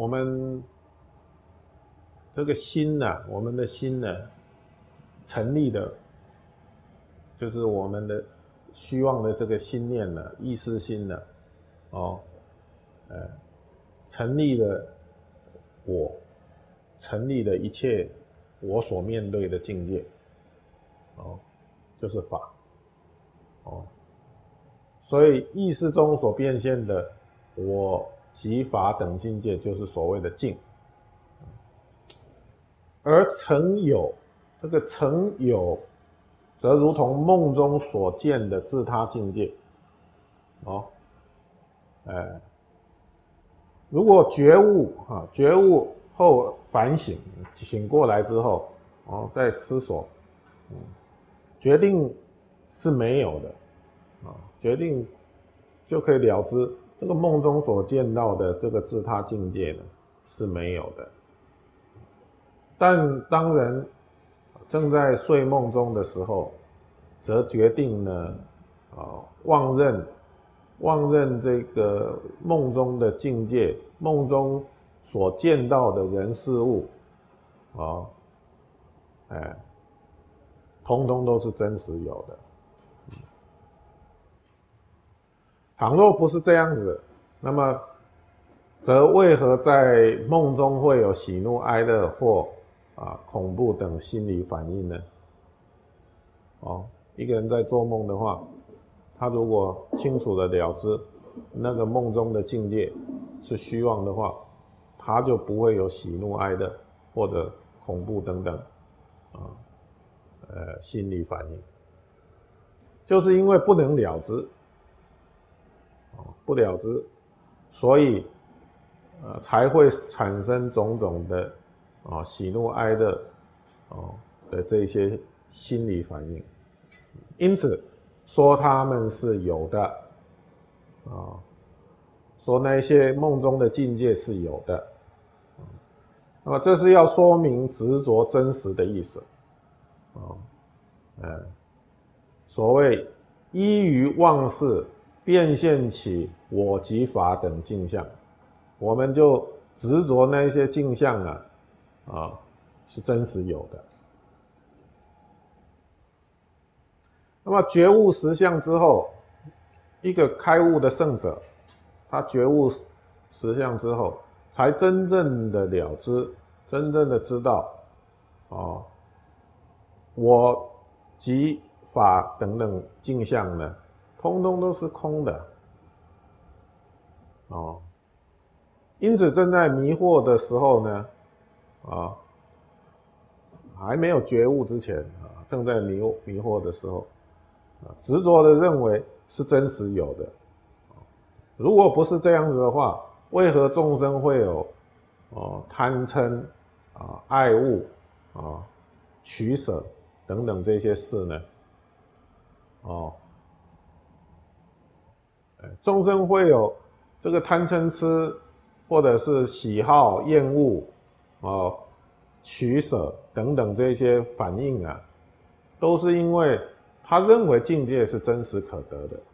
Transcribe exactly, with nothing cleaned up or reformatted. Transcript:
我们这个心呢、啊，我们的心呢，成立的，就是我们的虚妄的这个心念呢，意识心呢，哦，呃，成立了我，成立了一切我所面对的境界，哦，就是法，哦，所以意识中所变现的我及法等境界，就是所谓的境。而成有，这个成有，则如同梦中所见的自他境界，哦，呃，如果觉悟啊，觉悟后反省，醒过来之后，哦，再思索，嗯，决定是没有的，啊，决定就可以了知这个梦中所见到的这个自他境界呢是没有的。但当人正在睡梦中的时候，则决定呢，啊，妄认妄认这个梦中的境界，梦中所见到的人事物，啊，哎，通通都是真实有的。倘若不是这样子，那么则为何在梦中会有喜怒哀乐或啊恐怖等心理反应呢？哦，一个人在做梦的话，他如果清楚的了知那个梦中的境界是虚妄的话，他就不会有喜怒哀乐或者恐怖等等啊呃心理反应，就是因为不能了知，不了知，所以呃才会产生种种的啊喜怒哀乐哦的这些心理反应。因此说他们是有的啊，说那些梦中的境界是有的，那么这是要说明执着真实的意思啊，呃，所谓依于妄事变现起我及法等镜像，我们就执着那些镜像啊，啊是真实有的。那么觉悟实相之后，一个开悟的圣者，他觉悟实相之后，才真正的了知，真正的知道，哦，我及法等等镜像呢，通通都是空的，哦，因此正在迷惑的时候呢，啊，还没有觉悟之前啊，正在迷迷惑的时候。执着的认为是真实有的，如果不是这样子的话，为何众生会有哦贪嗔啊、爱恶啊、取舍等等这些事呢？哦，众生会有这个贪嗔痴，或者是喜好、厌恶、哦取舍等等这些反应啊，都是因为他认为境界是真实可得的。